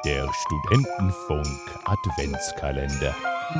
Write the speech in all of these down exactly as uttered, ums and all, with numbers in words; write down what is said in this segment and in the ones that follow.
Der Studentenfunk Adventskalender.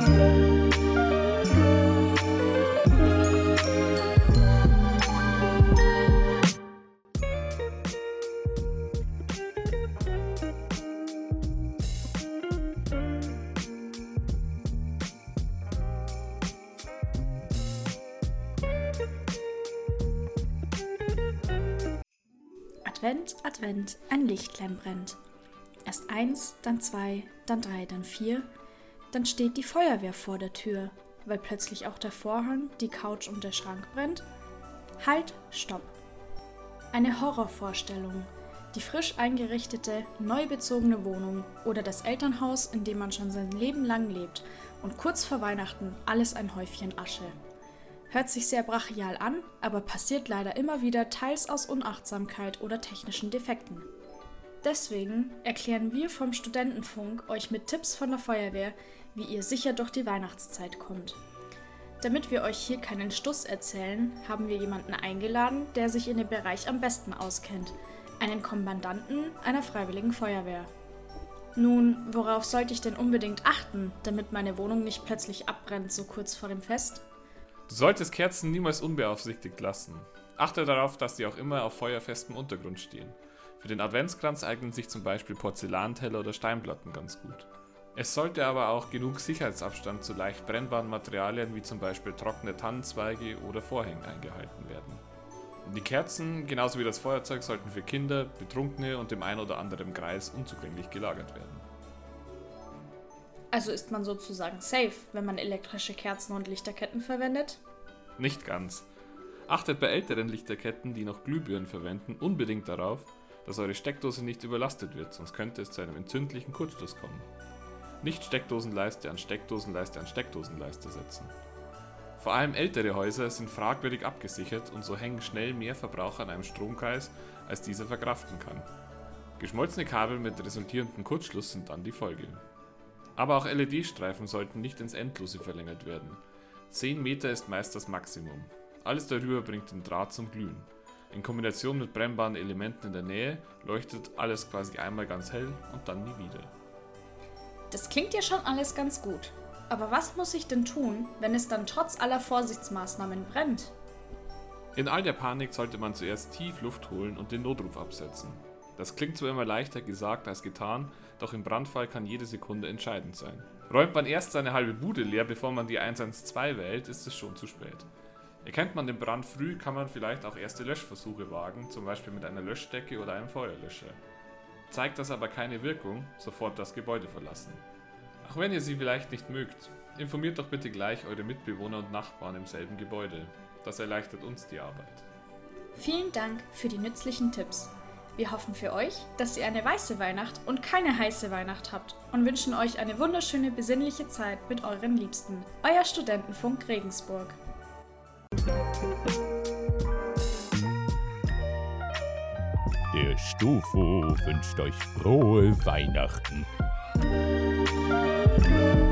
Advent, Advent, ein Lichtlein brennt. Erst eins, dann zwei, dann drei, dann vier, dann steht die Feuerwehr vor der Tür, weil plötzlich auch der Vorhang, die Couch und der Schrank brennt. Halt, stopp. Eine Horrorvorstellung. Die frisch eingerichtete, neu bezogene Wohnung oder das Elternhaus, in dem man schon sein Leben lang lebt und kurz vor Weihnachten alles ein Häufchen Asche. Hört sich sehr brachial an, aber passiert leider immer wieder, teils aus Unachtsamkeit oder technischen Defekten. Deswegen erklären wir vom Studentenfunk euch mit Tipps von der Feuerwehr, wie ihr sicher durch die Weihnachtszeit kommt. Damit wir euch hier keinen Stuss erzählen, haben wir jemanden eingeladen, der sich in dem Bereich am besten auskennt, einen Kommandanten einer freiwilligen Feuerwehr. Nun, worauf sollte ich denn unbedingt achten, damit meine Wohnung nicht plötzlich abbrennt, so kurz vor dem Fest? Du solltest Kerzen niemals unbeaufsichtigt lassen. Achte darauf, dass sie auch immer auf feuerfestem Untergrund stehen. Für den Adventskranz eignen sich zum Beispiel Porzellanteller oder Steinplatten ganz gut. Es sollte aber auch genug Sicherheitsabstand zu leicht brennbaren Materialien wie zum Beispiel trockene Tannenzweige oder Vorhänge eingehalten werden. Die Kerzen, genauso wie das Feuerzeug, sollten für Kinder, Betrunkene und dem ein oder anderen Greis unzugänglich gelagert werden. Also ist man sozusagen safe, wenn man elektrische Kerzen und Lichterketten verwendet? Nicht ganz. Achtet bei älteren Lichterketten, die noch Glühbirnen verwenden, unbedingt darauf, dass eure Steckdose nicht überlastet wird, sonst könnte es zu einem entzündlichen Kurzschluss kommen. Nicht Steckdosenleiste an Steckdosenleiste an Steckdosenleiste setzen. Vor allem ältere Häuser sind fragwürdig abgesichert und so hängen schnell mehr Verbraucher an einem Stromkreis, als dieser verkraften kann. Geschmolzene Kabel mit resultierendem Kurzschluss sind dann die Folge. Aber auch L E D-Streifen sollten nicht ins Endlose verlängert werden. zehn Meter ist meist das Maximum. Alles darüber bringt den Draht zum Glühen. In Kombination mit brennbaren Elementen in der Nähe leuchtet alles quasi einmal ganz hell und dann nie wieder. Das klingt ja schon alles ganz gut. Aber was muss ich denn tun, wenn es dann trotz aller Vorsichtsmaßnahmen brennt? In all der Panik sollte man zuerst tief Luft holen und den Notruf absetzen. Das klingt zwar immer leichter gesagt als getan, doch im Brandfall kann jede Sekunde entscheidend sein. Räumt man erst seine halbe Bude leer, bevor man die eins eins zwei wählt, ist es schon zu spät. Erkennt man den Brand früh, kann man vielleicht auch erste Löschversuche wagen, zum Beispiel mit einer Löschdecke oder einem Feuerlöscher. Zeigt das aber keine Wirkung, sofort das Gebäude verlassen. Auch wenn ihr sie vielleicht nicht mögt, informiert doch bitte gleich eure Mitbewohner und Nachbarn im selben Gebäude. Das erleichtert uns die Arbeit. Vielen Dank für die nützlichen Tipps. Wir hoffen für euch, dass ihr eine weiße Weihnacht und keine heiße Weihnacht habt und wünschen euch eine wunderschöne, besinnliche Zeit mit euren Liebsten. Euer Studentenfunk Regensburg. Der Stufo wünscht euch frohe Weihnachten.